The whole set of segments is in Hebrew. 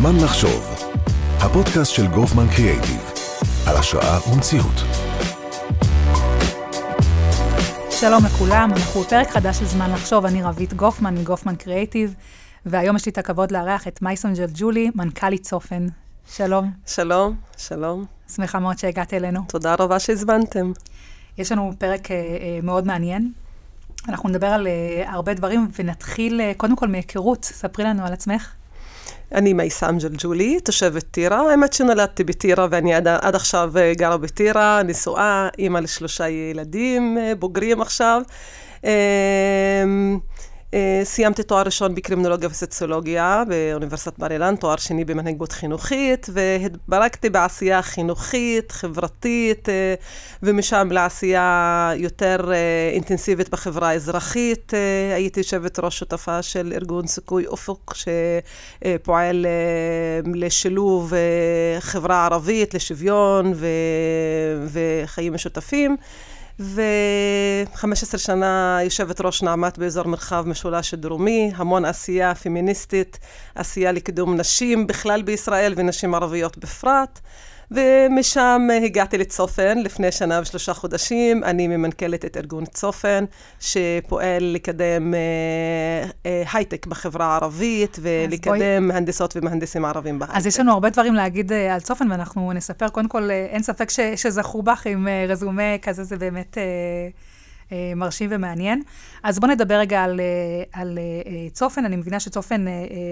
זמן לחשוב, הפודקאסט של גופמן קריאייטיב, על השראה ומציאות. שלום לכולם, אנחנו בפרק חדש של זמן לחשוב, אני רבית גופמן מגופמן קריאייטיב, והיום יש לי את הכבוד לארח את מייסון ג'לג'ולי, מנכ"לית צופן. שלום. שלום, שלום. שמחה מאוד שהגעת אלינו. תודה רבה שהזמנתם. יש לנו פרק מאוד מעניין. אנחנו נדבר על הרבה דברים, ונתחיל קודם כל מהיכרות. ספרי לנו על עצמך. אני מייסון ג'לג'ולי, תושבת טירה. האמת שנולדתי בטירה, ואני עד עכשיו גרה בטירה, נשואה, אימא ל3 ילדים, בוגרים עכשיו. סיימתי תואר ראשון בקרימינולוגיה וסוציולוגיה באוניברסיטת בר אילן, תואר שני במנהיגות חינוכית, והתברכתי בעשייה חינוכית, חברתית, ומשם לעשייה יותר אינטנסיבית בחברה האזרחית. הייתי יושבת ראש שותפה של ארגון סיכוי אופוק, שפועל לשילוב חברה ערבית, לשוויון וחיים משותפים. ו15 שנה יושבת ראש נעמת באזור מרחב משולש הדרומי, המון עשייה פמיניסטית, עשייה לקידום נשים בכלל בישראל ונשים ערביות בפרט. ומשם הגעתי לצופן לפני 1 שנה ו3 חודשים. אני ממנכ"לת את ארגון צופן, שפועל לקדם הייטק בחברה הערבית, ולקדם מהנדסות ומהנדסים ערבים בהייטק. אז יש לנו הרבה דברים להגיד על צופן, ואנחנו נספר, קודם כל, אין ספק שזכו בך עם רזומה כזה, זה באמת מרשים ומעניין. אז בואו נדבר רגע על צופן. אני מבינה שצופן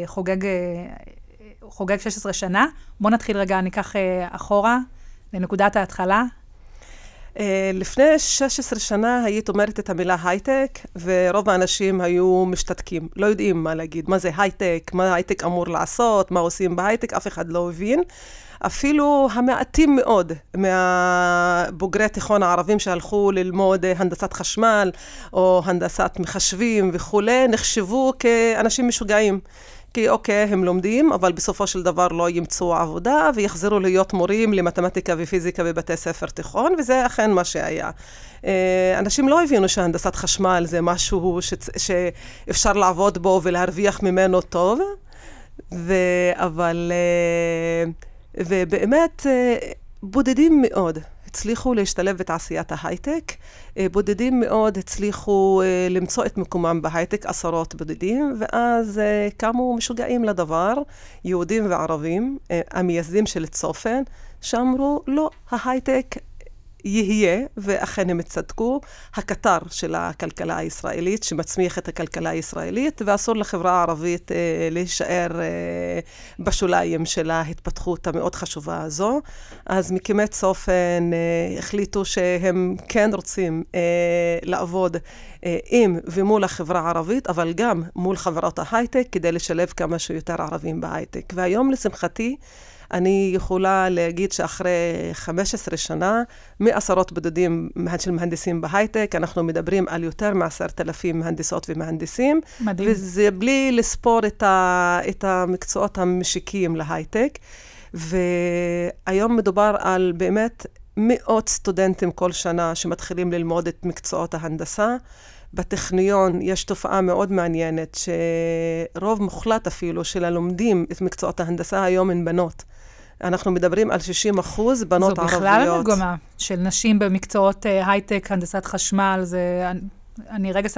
חוגג 16 שנה. בואו נתחיל רגע, ניקח אחורה לנקודת ההתחלה. לפני 16 שנה היית אומרת את המילה הייטק, ורוב האנשים היו משתתקים. לא יודעים מה להגיד, מה זה הייטק, מה הייטק אמור לעשות, מה עושים בהייטק, אף אחד לא הבין. אפילו המעטים מאוד מהבוגרי תיכון הערבים שהלכו ללמוד הנדסת חשמל, או הנדסת מחשבים וכו', נחשבו כאנשים משוגעים. כי אוקיי, הם לומדים, אבל בסופו של דבר לא ימצאו עבודה, ויחזרו להיות מורים למתמטיקה ופיזיקה בבתי ספר תיכון, וזה אכן מה שהיה. אנשים לא הבינו שהנדסת חשמל זה משהו שאפשר לעבוד בו ולהרוויח ממנו טוב, אבל ובאמת בודדים מאוד הצליחו להשתלב בתעשיית ההייטק, בודדים מאוד הצליחו למצוא את מקומם בהייטק, 10 בודדים, ואז קמו משוגעים לדבר, יהודים וערבים, המייסדים של צופן, שאמרו, לא, ההייטק יהיה, ואכן הם צדקו, הקטר של הכלכלה הישראלית, שמצמיח את הכלכלה הישראלית, ואסור לחברה הערבית להישאר בשוליים של ההתפתחות המאוד חשובה הזו. אז מקימי צופן החליטו שהם כן רוצים לעבוד עם ומול החברה הערבית, אבל גם מול חברות ההייטק, כדי לשלב כמה שיותר ערבים בהייטק. והיום, לשמחתי, אני יכולה להגיד שאחרי 15 שנה, מעשרות בודדים של מהנדסים בהייטק, אנחנו מדברים על יותר מ10,000 מהנדסות ומהנדסים. מדהים. וזה בלי לספור את המקצועות המשיקים להייטק. והיום מדובר על באמת מאות סטודנטים כל שנה שמתחילים ללמוד את מקצועות ההנדסה. בטכניון יש תופעה מאוד מעניינת, שרוב מוחלט אפילו של הלומדים את מקצועות ההנדסה היום הן בנות. אנחנו מדברים על 60% בנות ערביות. זו בכלל מגמה של נשים במקצועות הייטק, הנדסת חשמל. אני רגע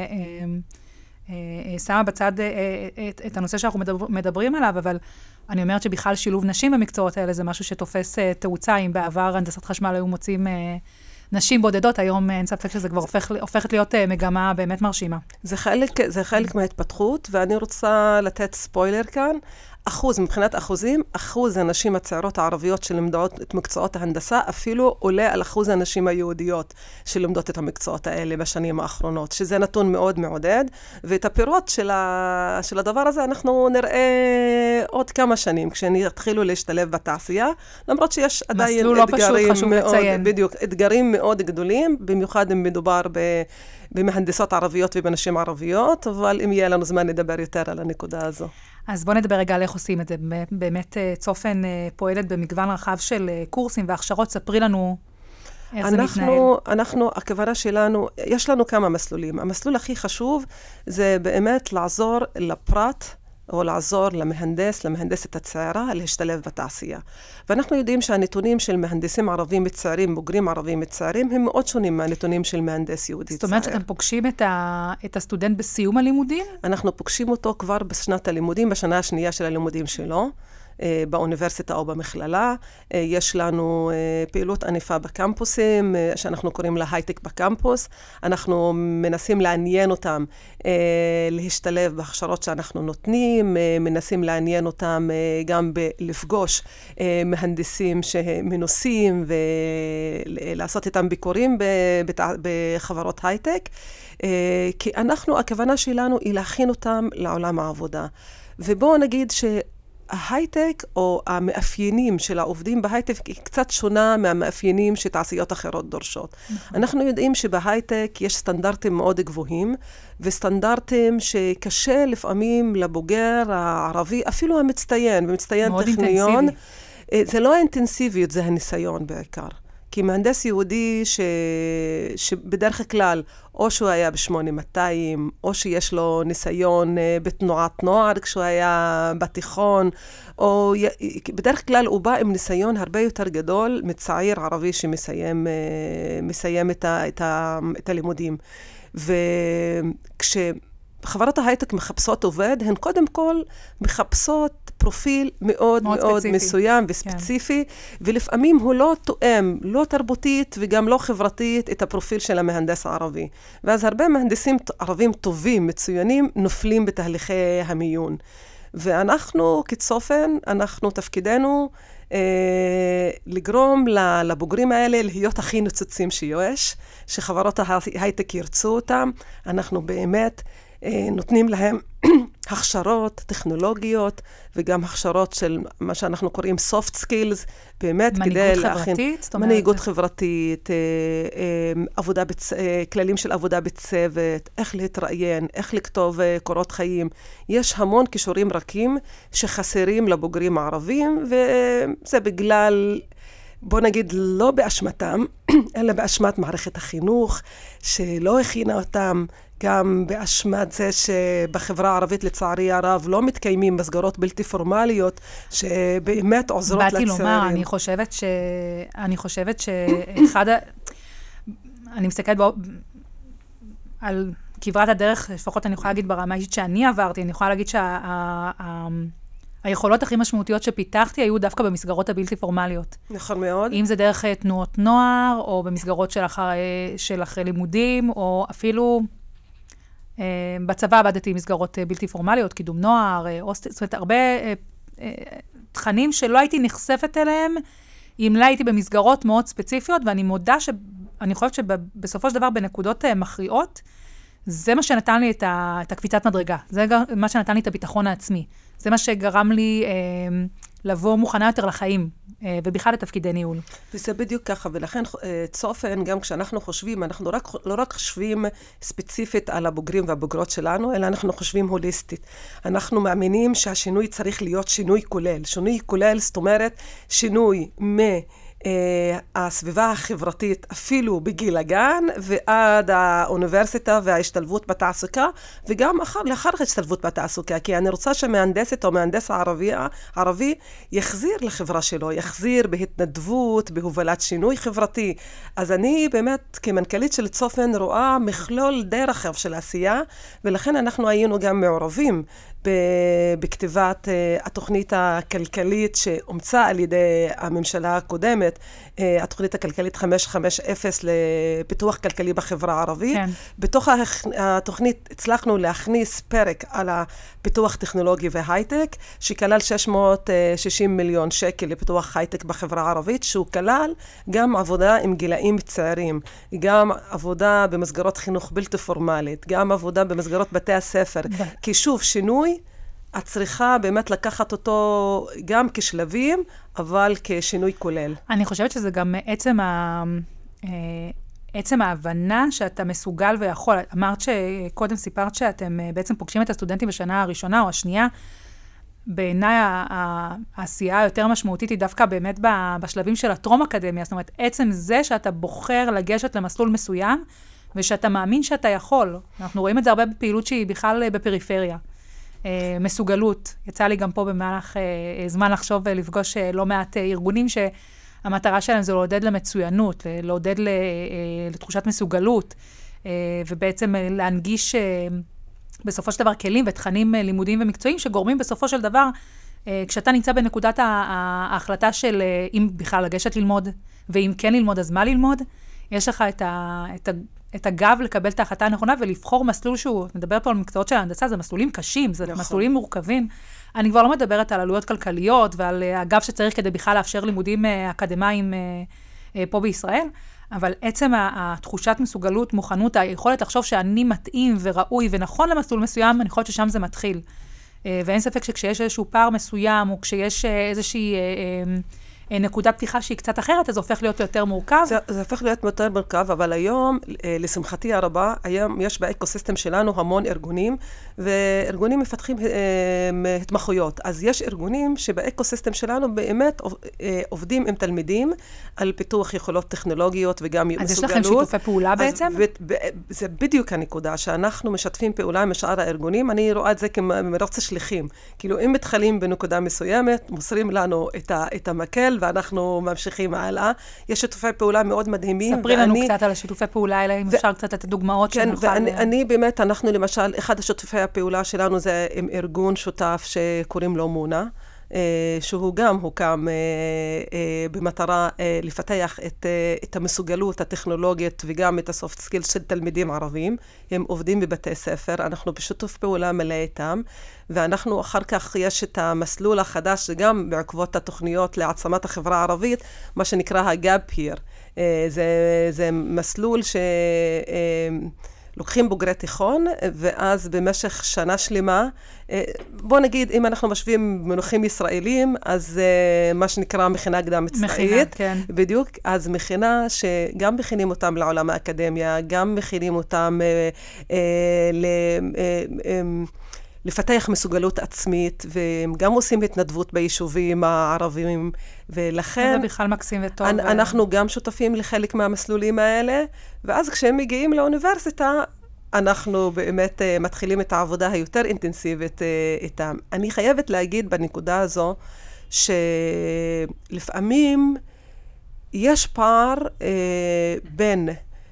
שמה בצד את הנושא שאנחנו מדברים עליו, אבל אני אומרת שבכלל שילוב נשים במקצועות האלה זה משהו שתופס תאוצה. אם בעבר הנדסת חשמל היו מוצאים נשים בודדות, היום אין ספק שזה כבר הופכת להיות מגמה באמת מרשימה. זה חלק מההתפתחות, ואני רוצה לתת ספוילר כאן. מבחינת אחוז הנשים הצעירות הערביות שלמדות את מקצועות ההנדסה, אפילו עולה על אחוז הנשים היהודיות שלמדות את המקצועות האלה בשנים האחרונות, שזה נתון מאוד מעודד, ואת הפירות של הדבר הזה אנחנו נראה עוד כמה שנים, כשנתחילו להשתלב בתעשייה, למרות שיש עדיין אתגרים מאוד גדולים, במיוחד אם מדובר במהנדסות ערביות ובנשים ערביות, אבל אם יהיה לנו זמן נדבר יותר על הנקודה הזו. אז בואו נדבר רגע על איך עושים את זה. באמת צופן פועלת במגוון רחב של קורסים והכשרות. ספרי לנו איך זה מתנהל. הכוונה שלנו, יש לנו כמה מסלולים. המסלול הכי חשוב זה באמת לעזור לפרט או לעזור למהנדסת הצעירה, להשתלב בתעשייה. ואנחנו יודעים שהנתונים של מהנדסים ערבים צעירים, בוגרים ערבים צעירים, הם מאוד שונים מהנתונים של מהנדס יהודי צעיר. זאת אומרת שאתם פוגשים את הסטודנט בסיום הלימודים? אנחנו פוגשים אותו כבר בשנת הלימודים, בשנה השנייה של הלימודים שלו. באוניברסיטה או במכללה. יש לנו פעילות ענפה בקמפוסים, שאנחנו קוראים לה הייטק בקמפוס. אנחנו מנסים לעניין אותם, להשתלב בהכשרות שאנחנו נותנים, מנסים לעניין אותם גם לפגוש מהנדסים שמנוסים ולעשות איתם ביקורים בחברות הייטק. כי הכוונה שלנו היא להכין אותם לעולם העבודה. ובואו נגיד ההייטק או המאפיינים של העובדים בהייטק היא קצת שונה מהמאפיינים שתעשיות אחרות דורשות. אנחנו יודעים שבהייטק יש סטנדרטים מאוד גבוהים, וסטנדרטים שקשה לפעמים לבוגר הערבי, אפילו המצטיין, ומצטיין טכניון. זה לא האינטנסיביות, זה הניסיון בעיקר. כי מהנדס יהודי שבדרך כלל, או שהוא היה ב-8200, או שיש לו ניסיון בתנועת נוער כשהוא היה בתיכון, או בדרך כלל הוא בא עם ניסיון הרבה יותר גדול מצעיר ערבי שמסיים את הלימודים. וכשחברות ההייטק מחפשות עובד, הן קודם כל מחפשות פרופיל מאוד מאוד מסוים וספציפי, ולפעמים הוא לא תואם, לא תרבותית וגם לא חברתית, את הפרופיל של המהנדס הערבי. ואז הרבה מהנדסים ערבים טובים, מצוינים, נופלים בתהליכי המיון. ואנחנו, כצופן, תפקידנו לגרום לבוגרים האלה להיות הכי נוצצים שיש, שחברות ההייטק ירצו אותם. אנחנו באמת נותנים להם הכשרות טכנולוגיות, וגם הכשרות של מה שאנחנו קוראים soft skills, באמת כדי להכין מנהיגות חברתית, כללים של עבודה בצוות, איך להתראיין, איך לכתוב קורות חיים. יש המון כישורים רכים שחסרים לבוגרים הערבים, וזה בגלל, בוא נגיד, לא באשמתם, אלא באשמת מערכת החינוך, שלא הכינה אותם, גם באשמת זה שבחברה הערבית לצערי הרב לא מתקיימים מסגרות בלתי פורמליות שבאמת עוזרות לצעירים. באתי לומר, אני חושבת שאחד, אני מסתכלת על כברת הדרך, לפחות אני יכולה להגיד ברמה אישית שאני עברתי, אני יכולה להגיד היכולות הכי משמעותיות שפיתחתי היו דווקא במסגרות הבלתי פורמליות. נכון מאוד. אם זה דרך תנועות נוער, או במסגרות של אחרי לימודים, או אפילו בצבא עבדתי מסגרות בלתי פורמליות, קידום נוער, זאת אומרת, הרבה תכנים שלא הייתי נחשפת אליהם, אם לא הייתי במסגרות מאוד ספציפיות, ואני מודה אני חושבת שבסופו של דבר בנקודות מכריעות, זה מה שנתן לי את הקפיצת מדרגה. זה מה שנתן לי את הביטחון העצמי. זה מה שגרם לי לבוא מוכנה יותר לחיים, ובכלל לתפקידי ניהול. וזה בדיוק ככה, ולכן צופן, גם כשאנחנו חושבים, אנחנו לא רק חושבים ספציפית על הבוגרים והבוגרות שלנו, אלא אנחנו חושבים הוליסטית. אנחנו מאמינים שהשינוי צריך להיות שינוי כולל. שינוי כולל, זאת אומרת, שינוי הסביבה החברתית, אפילו בגיל הגן, ועד האוניברסיטה וההשתלבות בתעסוקה, וגם לאחר ההשתלבות בתעסוקה, כי אני רוצה שמהנדסת או מהנדס ערבי יחזיר לחברה שלו, יחזיר בהתנדבות, בהובלת שינוי חברתי. אז אני באמת, כמנכ"לית של צופן, רואה מכלול די רחב של עשייה, ולכן אנחנו היינו גם מעורבים בכתיבת התוכנית הכלכלית שאומצה על ידי הממשלה הקודמת, התוכנית הכלכלית 550 לפיתוח כלכלי בחברה הערבית. כן. בתוך התוכנית הצלחנו להכניס פרק על הפיתוח טכנולוגי והייטק, שכלל 660 מיליון שקל לפיתוח הייטק בחברה הערבית, שהוא כלל גם עבודה עם גילאים צעירים, גם עבודה במסגרות חינוך בלתי פורמלית, גם עבודה במסגרות בתי הספר. כי שוב, שינוי, את צריכה באמת לקחת אותו גם כשלבים, אבל כשינוי כולל. אני חושבת שזה גם עצם ההבנה שאתה מסוגל ויכול. אמרת שקודם סיפרת שאתם בעצם פוגשים את הסטודנטים בשנה הראשונה או השנייה. בעיניי העשייה היותר משמעותית היא דווקא באמת בשלבים של הטרום-אקדמיה. זאת אומרת, עצם זה שאתה בוחר לגשת למסלול מסוים, ושאתה מאמין שאתה יכול. אנחנו רואים את זה הרבה בפעילות שהיא בכלל בפריפריה. מסוגלות. יצא לי גם פה במהלך זמן לחשוב ולפגוש לא מעט ארגונים שהמטרה שלהם זה לעודד למצוינות, לעודד לתחושת מסוגלות, ובעצם להנגיש בסופו של דבר כלים ותכנים לימודיים ומקצועיים שגורמים בסופו של דבר, כשאתה נמצא בנקודת ההחלטה של אם בכלל לגשת ללמוד, ואם כן ללמוד, אז מה ללמוד, יש לך את הגב לקבל את ההחלטה הנכונה ולבחור מסלול שהוא, נדבר פה על מקצועות של ההנדסה, זה מסלולים קשים, זה מסלולים מורכבים. אני כבר לא מדברת על עלויות כלכליות ועל הגב שצריך כדי בכלל לאפשר לימודים אקדמיים פה בישראל, אבל עצם התחושת מסוגלות, מוכנות, היכולת לחשוב שאני מתאים וראוי ונכון למסלול מסוים, אני חושבת ששם זה מתחיל. ואין ספק שכשיש איזשהו פער מסוים, או כשיש איזושהי נקודה פתיחה שהיא קצת אחרת, אז זה הופך להיות יותר מורכב. זה הופך להיות יותר מורכב, אבל היום, לשמחתי הרבה, היום יש באקוסיסטם שלנו המון ארגונים, וארגונים מפתחים התמחויות. אז יש ארגונים שבאקוסיסטם שלנו באמת עובדים עם תלמידים על פיתוח יכולות טכנולוגיות וגם מסוגלות. אז יש לכם שיתופי פעולה בעצם? זה בדיוק הנקודה, שאנחנו משתפים פעולה עם שאר הארגונים. אני רואה את זה כמרוץ השליחים. כאילו, אם מתחילים בנקודה מסוימת, מוסרים לנו את המקל, ואנחנו ממשיכים הלאה. יש שיתופי פעולה מאוד מדהימים. ספרי לנו קצת על השיתופי פעולה האלה, אם אפשר קצת את הדוגמאות שנוכל. כן, ואני באמת, אנחנו למשל, אחד השיתופי הפעולה שלנו זה עם ארגון שותף שקוראים לו מונה, שהוא גם הוקם במטרה לפתח את המסוגלות הטכנולוגית וגם את הסופט סקילס של תלמידים ערבים. הם עובדים בבתי ספר, אנחנו בשיתוף פעולה מלא איתם, ואנחנו אחר כך יש את המסלול החדש, שגם בעקבות התוכניות להעצמת החברה הערבית, מה שנקרא ה-Gap Here. זה מסלול לוקחים בוגרי תיכון, ואז במשך שנה שלמה, בוא נגיד, אם אנחנו משווים מונחים ישראלים, אז מה שנקרא מכינה קדם מצבאית. מכינה, כן. בדיוק, אז מכינה שגם מכינים אותם לעולם האקדמיה, גם מכינים אותם לפתח מסוגלות עצמית, והם גם עושים התנדבות ביישובים הערביים, ולכן... זה בכלל מקסים וטוב. אנחנו גם שותפים לחלק מהמסלולים האלה, ואז כשהם מגיעים לאוניברסיטה, אנחנו באמת מתחילים את העבודה היותר אינטנסיבית איתם. אני חייבת להגיד בנקודה הזו, שלפעמים יש פער בין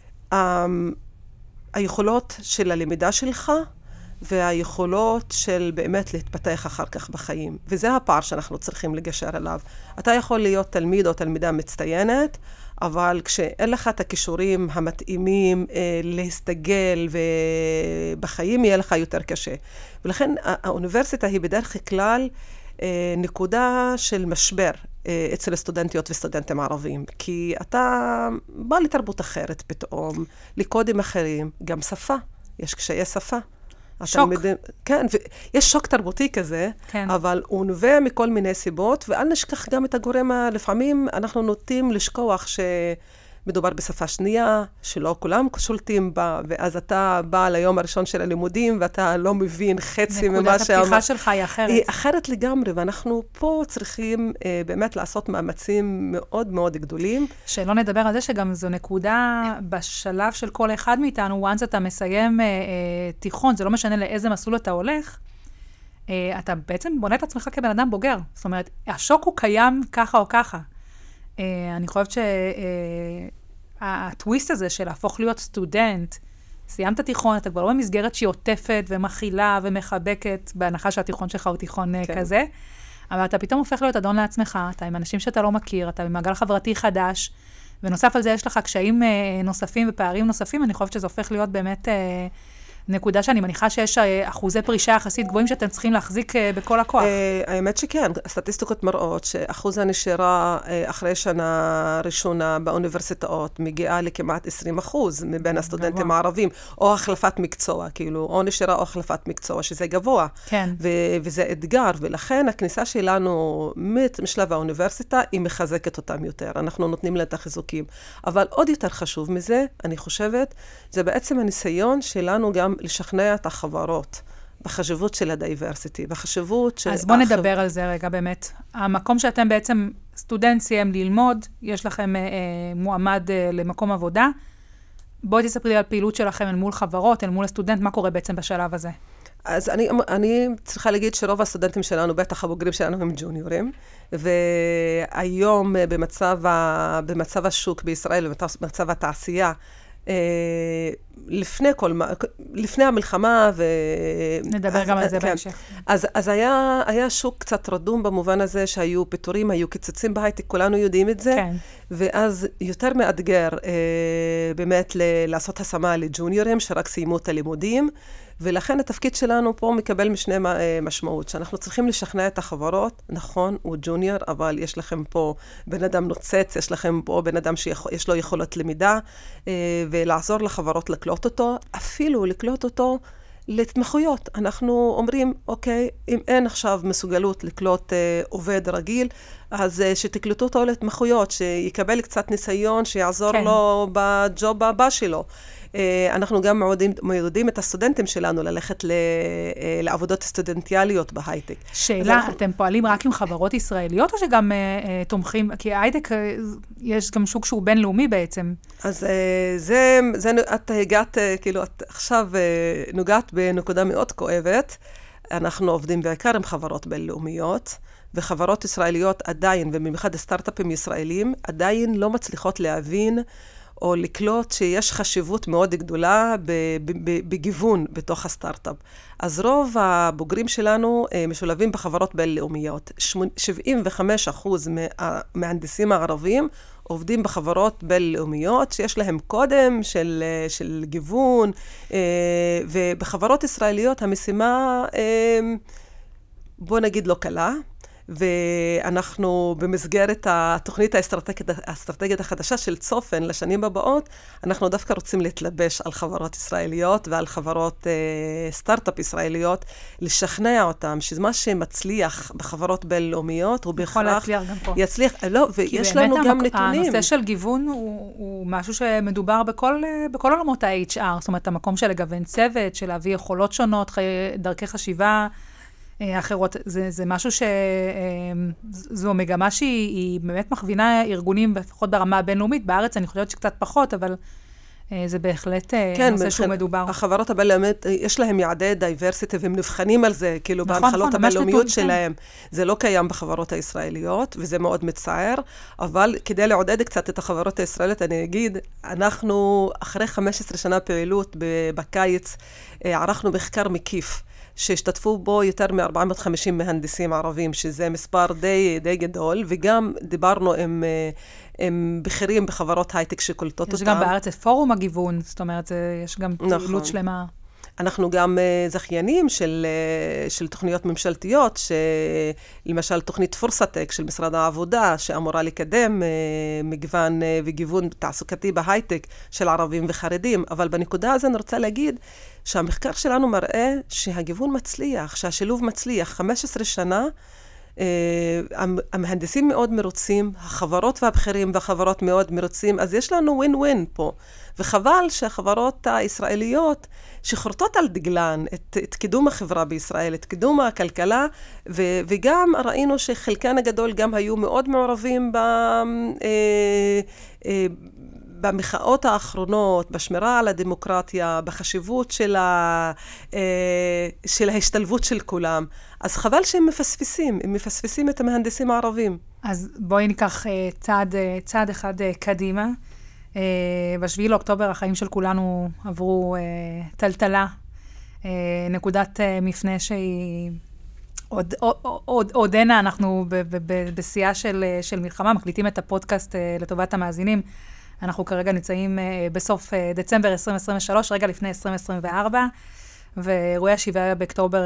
היכולות של הלמידה שלך, והיכולות של באמת להתפתח אחר כך בחיים. וזה הפער שאנחנו צריכים לגשר עליו. אתה יכול להיות תלמיד או תלמידה מצטיינת, אבל כשאין לך את הכישורים המתאימים להסתגל ובחיים יהיה לך יותר קשה. ולכן האוניברסיטה היא בדרך כלל נקודה של משבר אצל סטודנטיות וסטודנטים ערבים. כי אתה בא לתרבות אחרת פתאום, לקודים אחרים, גם שפה. יש קשיי שפה. שוק. כן, יש שוק תרבותי כזה, כן. אבל הוא נובע מכל מיני סיבות, ואל נשכח גם את הגורם, לפעמים אנחנו נוטים לשכוח שמדובר בשפה שנייה, שלא כולם שולטים בה, ואז אתה בא ליום הראשון של הלימודים, ואתה לא מבין חצי ממה נקודת הפתיחה שלך היא אחרת. היא אחרת לגמרי, ואנחנו פה צריכים באמת לעשות מאמצים מאוד מאוד גדולים. שלא נדבר על זה שגם זו נקודה בשלב של כל אחד מאיתנו, once אתה מסיים תיכון, זה לא משנה לאיזה מסלול אתה הולך, אתה בעצם בונה את עצמך כבן אדם בוגר. זאת אומרת, השוק הוא קיים ככה או ככה. אני חושבת שהטוויסט הזה של להפוך להיות סטודנט, סיימת תיכון, אתה כבר לא במסגרת שהיא עוטפת ומכילה ומחבקת, בהנחה שהתיכון שלך הוא תיכון כזה, אבל אתה פתאום הופך להיות אדון לעצמך, אתה עם אנשים שאתה לא מכיר, אתה במעגל חברתי חדש, ונוסף על זה יש לך קשיים נוספים ופערים נוספים, אני חושבת שזה הופך להיות באמת נקודה שאני מניחה שיש אחוזי פרישה יחסית גבוהים שאתם צריכים להחזיק בכל הכוח. האמת שכן, הסטטיסטיקות מראות שאחוז הנשירה אחרי שנה ראשונה באוניברסיטאות מגיעה לכמעט 20% מבין הסטודנטים הערבים, או החלפת מקצוע, כאילו, או נשירה או החלפת מקצוע, שזה גבוה. כן. וזה אתגר, ולכן הכניסה שלנו משלב האוניברסיטה, היא מחזקת אותם יותר. אנחנו נותנים לה את החיזוקים. אבל עוד יותר חשוב מזה, אני חושבת, זה בעצם הניסיון שלנו גם לשכנע את החברות בחשיבות של הדייברסיטי, בחשיבות של... אז בואו נדבר על זה רגע באמת. המקום שאתם בעצם סטודנט סיים ללמוד, יש לכם מועמד למקום עבודה, בואי תספרי על פעילות שלכם אל מול חברות, אל מול הסטודנט, מה קורה בעצם בשלב הזה? אז אני צריכה להגיד שרוב הסטודנטים שלנו, בטח הבוגרים שלנו, הם ג'וניורים, והיום במצב השוק בישראל, במצב התעשייה, לפני המלחמה נדבר גם על זה בהמשך. אז היה שוק קצת רדום במובן הזה שהיו פיטורים, היו קיצוצים בהייטק, כולנו יודעים את זה. כן. ואז יותר מאתגר באמת לעשות השמה לג'וניורים שרק סיימו את הלימודים, ולכן התפקיד שלנו פה מקבל משנה משמעות, שאנחנו צריכים לשכנע את החברות, נכון, הוא ג'וניור, אבל יש לכם פה בן אדם נוצץ, יש לכם פה בן אדם שיש לו יכולת למידה, ולעזור לחברות לקלוט אותו, אפילו לקלוט אותו להתמחויות. אנחנו אומרים, אוקיי, אם אין עכשיו מסוגלות לקלוט עובד רגיל, אז שתקלטו אותו להתמחויות, שיקבל קצת ניסיון, שיעזור לו בג'וב הבא שלו. אנחנו גם מעודדים את הסטודנטים שלנו ללכת לעבודות סטודנטיאליות בהייטק. שאלה, אתם פועלים רק עם חברות ישראליות, או שגם תומכים, כי ההייטק יש גם שוק שהוא בינלאומי בעצם. אז את הגעת, כאילו, את עכשיו נוגעת בנקודה מאוד כואבת. אנחנו עובדים בעיקר עם חברות בינלאומיות, וחברות ישראליות עדיין, ובמיוחד סטארט-אפים ישראלים, עדיין לא מצליחות להבין או לקלוט שיש חשיבות מאוד גדולה בגיוון בתוך הסטארט-אפ. אז רוב הבוגרים שלנו משולבים בחברות בינלאומיות. 75% מהמהנדסים הערבים עובדים בחברות בינלאומיות שיש להם קודם של גיוון, ובחברות ישראליות המשימה, בוא נגיד, לא קלה. ואנחנו במסגרת התוכנית האסטרטגית החדשה של צופן לשנים הבאות, אנחנו דווקא רוצים להתלבש על חברות ישראליות ועל חברות סטארט-אפ ישראליות, לשכנע אותם שמה שמצליח בחברות בינלאומיות הוא בהכרח יצליח, לא, ויש לנו גם נתונים. הנושא של גיוון הוא משהו שמדובר בכל עולמות ה-HR, זאת אומרת, המקום של לגוון צוות, של להביא יכולות שונות, דרכי חשיבה, אחרות, זה משהו זו מגמה שהיא באמת מכווינה ארגונים, לפחות ברמה הבינלאומית, בארץ אני חושבת שקצת פחות, אבל זה בהחלט נושא שהוא מדובר. החברות הבינלאומיות, יש להם יעדי דייברסיטי, והם נבחנים על זה, כאילו בהנחלות הבינלאומיות שלהם. זה לא קיים בחברות הישראליות, וזה מאוד מצער, אבל כדי לעודד קצת את החברות הישראליות, אני אגיד, אנחנו אחרי 15 שנה פעילות בקיץ, ערכנו מחקר מקיף, שהשתתפו בו יותר מ-450 מהנדסים ערבים, שזה מספר די גדול, וגם דיברנו עם בכירים בחברות הייטק שקולטות אותם. יש גם בארץ פורום הגיוון, זאת אומרת, יש גם פעילות שלמה. אנחנו גם זכיינים של תוכניות ממשלתיות, למשל תוכנית פורסטק של משרד העבודה, שאמורה לקדם מגוון וגיוון תעסוקתי בהייטק של ערבים וחרדים. אבל בנקודה הזו אני רוצה להגיד שהמחקר שלנו מראה שהגיוון מצליח, שהשילוב מצליח. 15 שנה, המהנדסים מאוד מרוצים, החברות והבכירים והחברות מאוד מרוצים, אז יש לנו ווין-ווין פה. וחבל שהחברות הישראליות שחורטות על דגלן את קידום החברה בישראל, את קידום הכלכלה, וגם ראינו שחלקן הגדול גם היו מאוד מעורבים במחאות האחרונות, בשמירה על הדמוקרטיה, בחשיבות של ההשתלבות של כולם. אז חבל שהם מפספסים את המהנדסים הערבים. אז בואי ניקח צעד אחד קדימה. ב7 לאוקטובר החיים של כולנו עברו טלטלה, נקודת מפנה שהיא עודנה, אנחנו בשיאה של מלחמה, מקליטים את הפודקאסט לטובת המאזינים. אנחנו כרגע נמצאים בסוף דצמבר 2023, רגע לפני 2024, ואירועי ה7 באוקטובר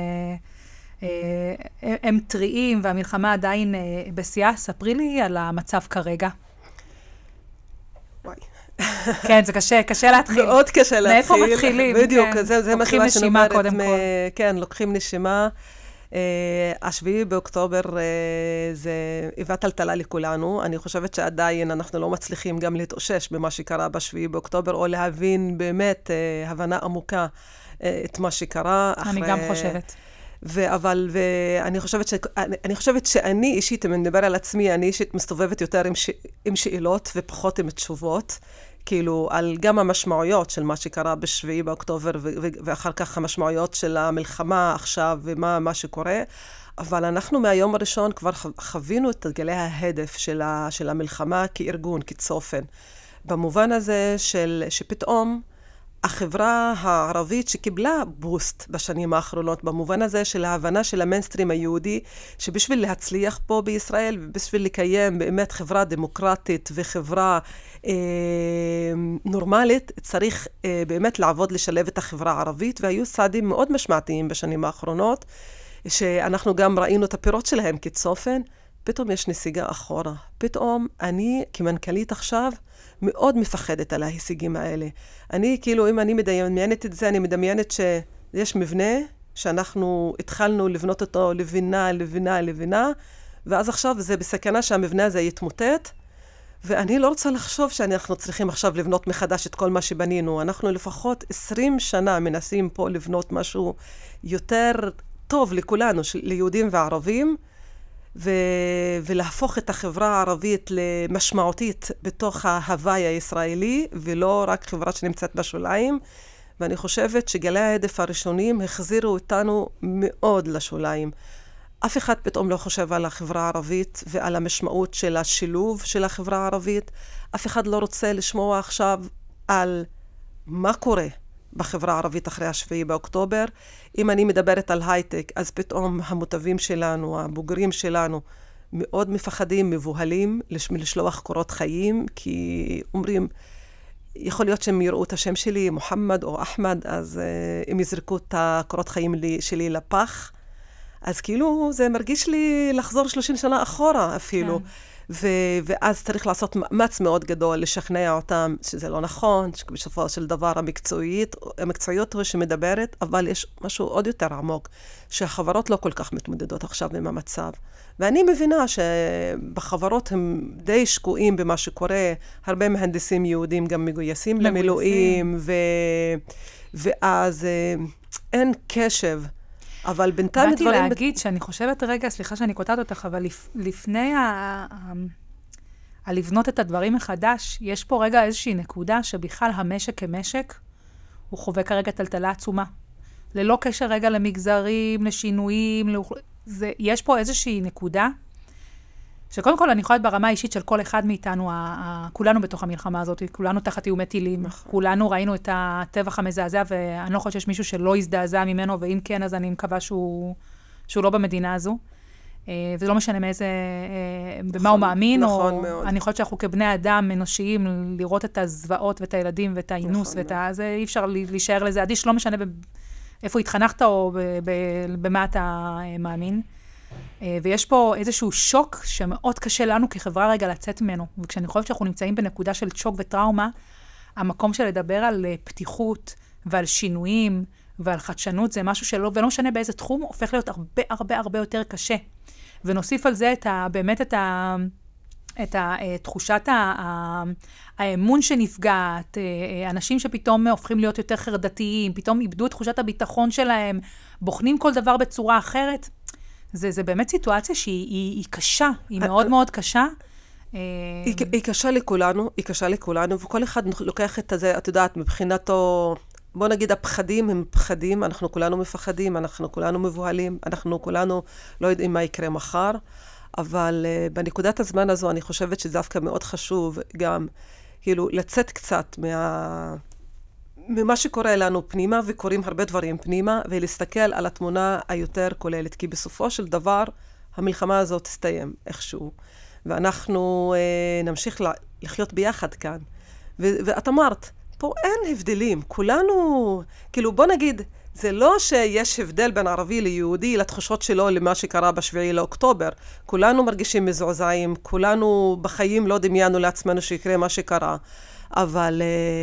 הם טריים, והמלחמה עדיין בשיאה. ספרי לי על המצב כרגע. וואי. כן, זה קשה להתחיל. מאוד קשה להתחיל. מאיפה מתחילים? בדיוק, זה לוקחים נשימה קודם כל. כן, לוקחים נשימה. 7 באוקטובר זה היווה טלטלה לכולנו. אני חושבת שעדיין אנחנו לא מצליחים גם להתאושש במה שקרה ב7 באוקטובר, או להבין באמת הבנה עמוקה את מה שקרה. אני גם חושבת. אבל אני חושבת שאני אישית, אם אני מדבר על עצמי, אני אישית מסתובבת יותר עם שאלות ופחות עם תשובות, כאילו, על גם המשמעויות של מה שקרה ב7 באוקטובר, ואחר כך המשמעויות של המלחמה עכשיו, ומה שקורה. אבל אנחנו מהיום הראשון כבר חווינו את גלי ההדף של המלחמה כארגון, כצופן. במובן הזה שפתאום החברה הערבית שקיבלה בוסט בשנים האחרונות, במובן הזה של ההבנה של המיינסטרים היהודי, שבשביל להצליח פה בישראל, ובשביל לקיים באמת חברה דמוקרטית וחברה נורמלית, צריך באמת לעבוד לשלב את החברה הערבית, והיו צעדים מאוד משמעתיים בשנים האחרונות, שאנחנו גם ראינו את הפירות שלהם כצופן. פתאום יש נסיגה אחורה. פתאום אני כמנכ"לית עכשיו מאוד מפחדת על ההישגים האלה. אני כאילו, אם אני מדמיינת את זה, אני מדמיינת שיש מבנה שאנחנו התחלנו לבנות אותו לבינה, ואז עכשיו זה בסכנה שהמבנה הזה יתמוטט, ואני לא רוצה לחשוב שאנחנו צריכים עכשיו לבנות מחדש את כל מה שבנינו. אנחנו לפחות 20 שנה מנסים פה לבנות משהו יותר טוב לכולנו, ליהודים וערבים, ולהפוך את החברה הערבית למשמעותית בתוך ההוואי הישראלי, ולא רק חברה שנמצאת בשוליים. ואני חושבת שגלי ההדף הראשונים החזירו אותנו מאוד לשוליים. אף אחד פתאום לא חושב על החברה הערבית ועל המשמעות של השילוב של החברה הערבית. אף אחד לא רוצה לשמוע עכשיו על מה קורה בחברה הערבית אחרי 7 באוקטובר. אם אני מדברת על הייטק, אז פתאום המוטבים שלנו, הבוגרים שלנו, מאוד מפחדים, מבוהלים, לשלוח קורות חיים, כי אומרים, יכול להיות שהם יראו את השם שלי, מוחמד או אחמד, אז הם יזרקו את הקורות חיים שלי לפח. אז כאילו זה מרגיש לי לחזור 30 שנה אחורה אפילו. ואז צריך לעשות מאמץ מאוד גדול לשכנע אותם שזה לא נכון, שבסופו של דבר המקצועיות הוא שמדברת, אבל יש משהו עוד יותר עמוק, שהחברות לא כל כך מתמודדות עכשיו עם המצב. ואני מבינה שבחברות הם די שקועים במה שקורה, הרבה מהנדסים יהודים גם מגויסים למילואים, ואז אין קשב. אבל בינתיים באתי להגיד שאני חושבת רגע, סליחה שאני קוטעת אותך, אבל לפני לבנות את הדברים מחדש, יש פה רגע איזושהי נקודה שבכלל המשק כמשק, הוא חווה כרגע טלטלה עצומה. ללא קשר רגע למגזרים, לשינויים, יש פה איזושהי נקודה, שקודם כל אני יכולה להיות ברמה האישית של כל אחד מאיתנו, כולנו בתוך המלחמה הזאת, כולנו תחת איומי טילים, כולנו ראינו את הטבח המזעזע, ואני לא חושבת שיש מישהו שלא יזדעזע ממנו, ואם כן, אז אני מקווה שהוא לא במדינה הזו. וזה לא משנה במה הוא מאמין, או אני חושבת שאנחנו כבני אדם אנושיים, לראות את הזוועות ואת הילדים ואת האינוס, אז אי אפשר להישאר לזה אדיש, לא משנה איפה התחנכת או במה אתה מאמין. ויש פה איזשהו שוק שמאוד קשה לנו כחברה רגע לצאת ממנו. וכשאני חושבת שאנחנו נמצאים בנקודה של שוק וטראומה, המקום של לדבר על פתיחות ועל שינויים ועל חדשנות זה משהו ולא משנה באיזה תחום, הופך להיות הרבה הרבה הרבה יותר קשה. ונוסיף על זה באמת את תחושת האמון שנפגעת, אנשים שפתאום הופכים להיות יותר חרדתיים, פתאום איבדו את תחושת הביטחון שלהם, בוחנים כל דבר בצורה אחרת. זה באמת סיטואציה שהיא קשה, היא מאוד מאוד קשה. היא קשה לכולנו, וכל אחד לוקח את זה, את יודעת, מבחינתו, בוא נגיד, הפחדים הם פחדים, אנחנו כולנו מפחדים, אנחנו כולנו מבוהלים, אנחנו כולנו לא יודעים מה יקרה מחר, אבל בנקודת הזמן הזו אני חושבת שדווקא מאוד חשוב גם, כאילו, לצאת קצת ממה שקורה לנו פנימה, וקוראים הרבה דברים פנימה, ולהסתכל על התמונה היותר כוללת, כי בסופו של דבר המלחמה הזאת תסתיים איכשהו, ואנחנו נמשיך לחיות ביחד כאן. ואת אמרת, פה אין הבדלים, כולנו, כאילו בוא נגיד, זה לא שיש הבדל בין ערבי ליהודי לתחושות שלו למה שקרה ב7 לאוקטובר. כולנו מרגישים מזועזעים, כולנו בחיים לא דמיינו לעצמנו שיקרה מה שקרה. אבל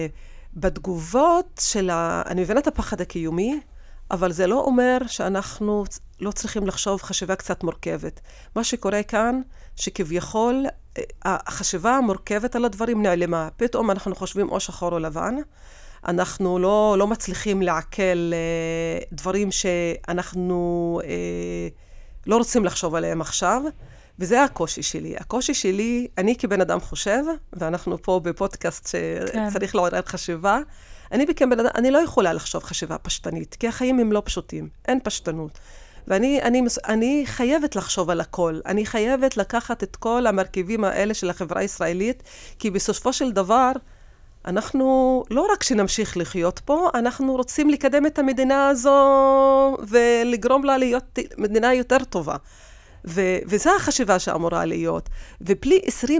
בתגובות של אני מבינה את הפחד הקיומי, אבל זה לא אומר שאנחנו לא צריכים לחשוב חשיבה קצת מורכבת. מה שקורה כאן, שכביכול החשיבה המורכבת על הדברים נעלמה. פתאום אנחנו חושבים או שחור או לבן. אנחנו לא מצליחים לעכל דברים שאנחנו לא רוצים לחשוב עליהם עכשיו. וזה הקושי שלי. הקושי שלי, אני כבן אדם חושב, ואנחנו פה בפודקאסט שצריך לעורר חשיבה, אני לא יכולה לחשוב חשיבה פשטנית, כי החיים הם לא פשוטים, אין פשטנות. ואני חייבת לחשוב על הכל, אני חייבת לקחת את כל המרכיבים האלה של החברה הישראלית, כי בסופו של דבר, אנחנו לא רק שנמשיך לחיות פה, אנחנו רוצים לקדם את המדינה הזו, ולגרום לה להיות מדינה יותר טובה. וזו החשיבה שאמורה להיות. ובלי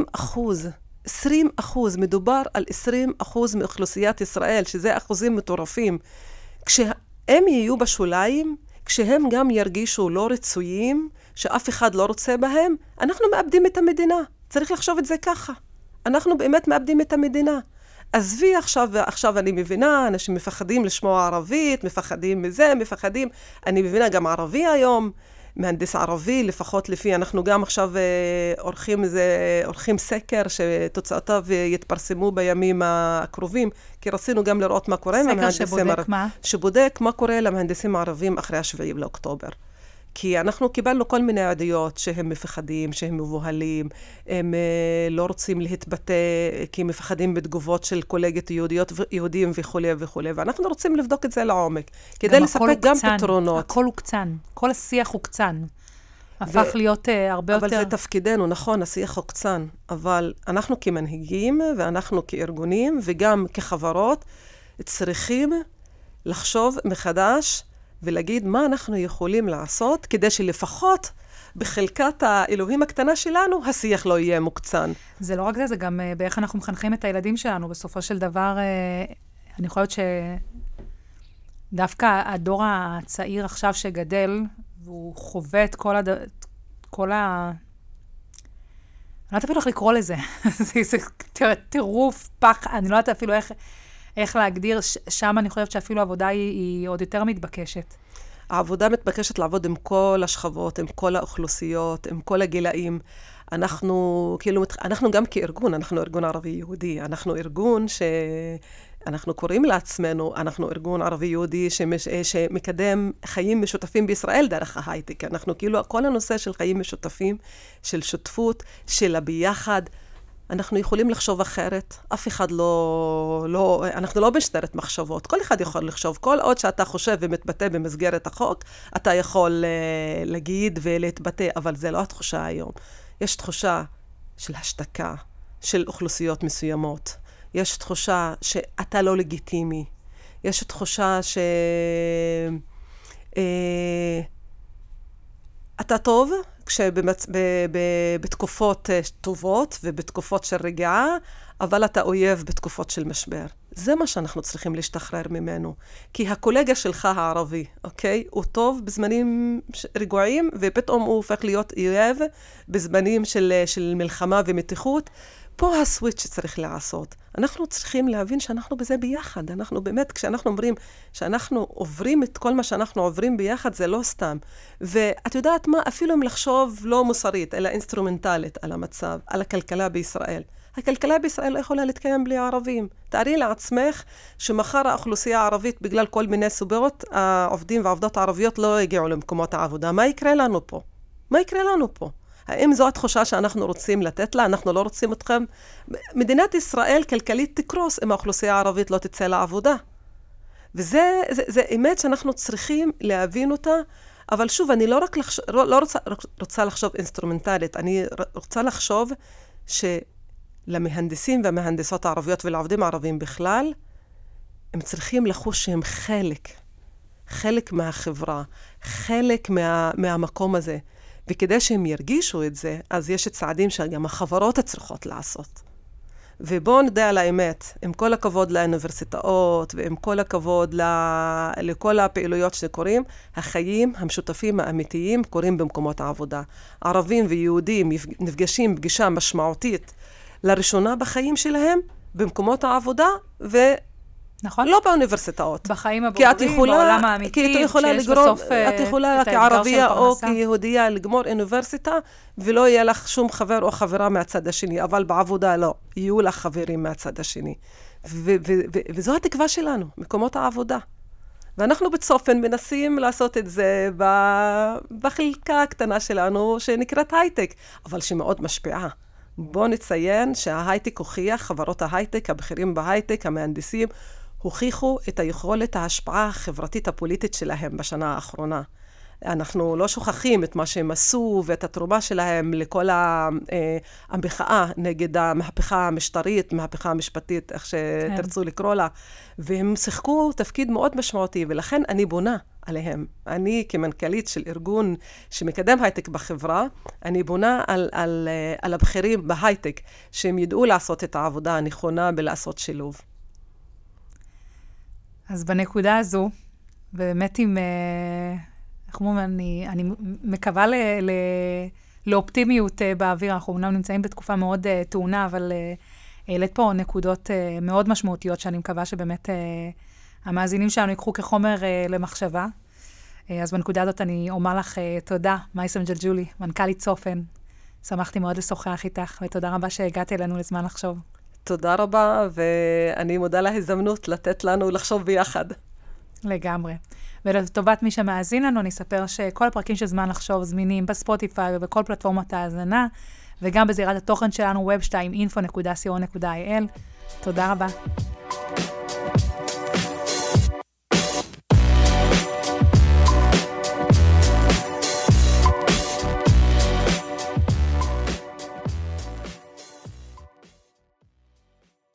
20%, מדובר על 20% מאוכלוסיית ישראל, שזה אחוזים מטורפים. כשהם יהיו בשוליים, כשהם גם ירגישו לא רצויים, שאף אחד לא רוצה בהם, אנחנו מאבדים את המדינה. צריך לחשוב את זה ככה. אנחנו באמת מאבדים את המדינה. עזבי עכשיו אני מבינה, אנשים מפחדים לשמוע ערבית, מפחדים מזה, אני מבינה גם ערבי היום, מהנדס ערבי, לפחות לפי, אנחנו גם עכשיו עורכים סקר שתוצאותיו יתפרסמו בימים הקרובים, כי רצינו גם לראות מה קורה סקר שבודק מה? שבודק מה קורה למהנדסים הערבים אחרי 7 באוקטובר. כי אנחנו קיבלנו כל מיני עדויות שהם מפחדים, שהם מבוהלים, הם לא רוצים להתבטא, כי הם מפחדים בתגובות של קולגות יהודים וכו' וכו'. ואנחנו רוצים לבדוק את זה לעומק, כדי לספק גם פתרונות. הכל הוא קצן, כל השיח הוא קצן. הפך להיות הרבה יותר... אבל זה תפקידנו, נכון, השיח הוא קצן. אבל אנחנו כמנהיגים, ואנחנו כארגונים, וגם כחברות, צריכים לחשוב מחדש, ולהגיד מה אנחנו יכולים לעשות, כדי שלפחות בחלקת האלוהים הקטנה שלנו, השיח לא יהיה מוקצן. זה לא רק זה, זה גם באיך אנחנו מחנכים את הילדים שלנו. בסופו של דבר, אני חושבת שדווקא הדור הצעיר עכשיו שגדל, והוא חווה את כל ה... אני לא יודעת אפילו איך לקרוא לזה. זה טירוף, פח, אני לא יודעת אפילו איך להגדיר, שם אני חושבת שאפילו העבודה היא עוד יותר מתבקשת. העבודה מתבקשת לעבוד עם כל השכבות, עם כל האוכלוסיות, עם כל הגילאים. אנחנו גם כארגון, אנחנו ארגון ערבי-יהודי, אנחנו ארגון אנחנו קוראים לעצמנו, אנחנו ארגון ערבי-יהודי שמקדם חיים משותפים בישראל דרך ההייטק. אנחנו כל הנושא של חיים משותפים, של שותפות, של הביחד, אנחנו יכולים לחשוב אחרת, אף אחד אנחנו לא בשטרת מחשבות, כל אחד יכול לחשוב, כל עוד שאתה חושב ומתבטא במסגרת החוק, אתה יכול להגיד ולהתבטא, אבל זה לא התחושה היום. יש תחושה של השתקה, של אוכלוסיות מסוימות, יש תחושה שאתה לא לגיטימי, יש תחושה אתה טוב, בתקופות טובות ובתקופות של רגיעה, אבל אתה אויב בתקופות של משבר. זה מה שאנחנו צריכים להשתחרר ממנו. כי הקולגה שלך הערבי, אוקיי? הוא טוב בזמנים רגועים, ופתאום הוא הופך להיות אויב בזמנים של מלחמה ומתיחות. פה הסוויץ' שצריך לעשות. אנחנו צריכים להבין שאנחנו בזה ביחד. אנחנו באמת, כשאנחנו אומרים שאנחנו עוברים את כל מה שאנחנו עוברים ביחד, זה לא סתם. ואת יודעת מה? אפילו אם לחשוב לא מוסרית, אלא אינסטרומנטלית על המצב, על הכלכלה בישראל. הכלכלה בישראל לא יכולה להתקיים בלי הערבים. תארי לעצמך שמחר האוכלוסייה הערבית, בגלל כל מיני סוגיות, העובדים והעובדות הערביות לא יגיעו למקומות העבודה. מה יקרה לנו פה? מה יקרה לנו פה? האם זו התחושה שאנחנו רוצים לתת לה? אנחנו לא רוצים אתכם? מדינת ישראל כלכלית תקרוס אם האוכלוסייה הערבית לא תצא לעבודה. וזה אמת שאנחנו צריכים להבין אותה, אבל שוב, אני לא רוצה לחשוב אינסטרומנטלית, אני רוצה לחשוב שלמהנדסים והמהנדסות הערביות ולעובדים הערבים בכלל, הם צריכים לחוש שהם חלק מהחברה, חלק מהמקום הזה. וכדי שהם ירגישו את זה, אז יש צעדים שגם החברות צריכות לעשות. ובואו נדע על האמת, עם כל הכבוד לאוניברסיטאות, ועם כל הכבוד לכל הפעילויות שקורים, החיים המשותפים האמיתיים קורים במקומות העבודה. ערבים ויהודים נפגשים פגישה משמעותית לראשונה בחיים שלהם, במקומות העבודה, נכון? לא באוניברסיטאות. בחיים הבוגרים, בעולם האמיתי, שיש בסוף את יכולה כערבייה או כיהודייה לגמור אוניברסיטה, ולא יהיה לך שום חבר או חברה מהצד השני, אבל בעבודה לא. יהיו לך חברים מהצד השני. וזו התקווה שלנו, מקומות העבודה. ואנחנו בצופן מנסים לעשות את זה בחלקה הקטנה שלנו, שנקראת הייטק, אבל שמאוד משפיעה. בואו נציין שההייטק הוכיח, חברות ההייטק, הבכירים בהייטק, המהנדסים, הוכיחו את היכולת ההשפעה החברתית הפוליטית שלהם בשנה האחרונה. אנחנו לא שוכחים את מה שהם עשו ואת התרומה שלהם לכל המחאה נגד המהפכה המשטרית, מהפכה המשפטית, איך שתרצו לקרוא לה. והם שיחקו תפקיד מאוד משמעותי, ולכן אני בונה עליהם. אני כמנכ"לית של ארגון שמקדם הייטק בחברה, אני בונה על הבכירים בהייטק, שהם ידעו לעשות את העבודה הנכונה בלעשות שילוב. אז בנקודה הזו, באמת עם... אני מקווה לאופטימיות באוויר. אנחנו אומנם נמצאים בתקופה מאוד טעונה, אבל העלית פה נקודות מאוד משמעותיות, שאני מקווה שבאמת המאזינים שלנו ייקחו כחומר למחשבה. אז בנקודה הזאת אני אומר לך תודה, מייסם ג'לג'ולי, מנכ"לית צופן. שמחתי מאוד לשוחח איתך, ותודה רבה שהגעת אלינו לזמן לחשוב. תודה רבה, ואני מודה להזדמנות לתת לנו לחשוב ביחד. לגמרי. ולטובת מי שמאזין לנו, אני אספר שכל הפרקים של זמן לחשוב זמינים בספוטיפיי ובכל פלטפורמות ההאזנה, וגם בזירת התוכן שלנו, web2info.co.il. תודה רבה.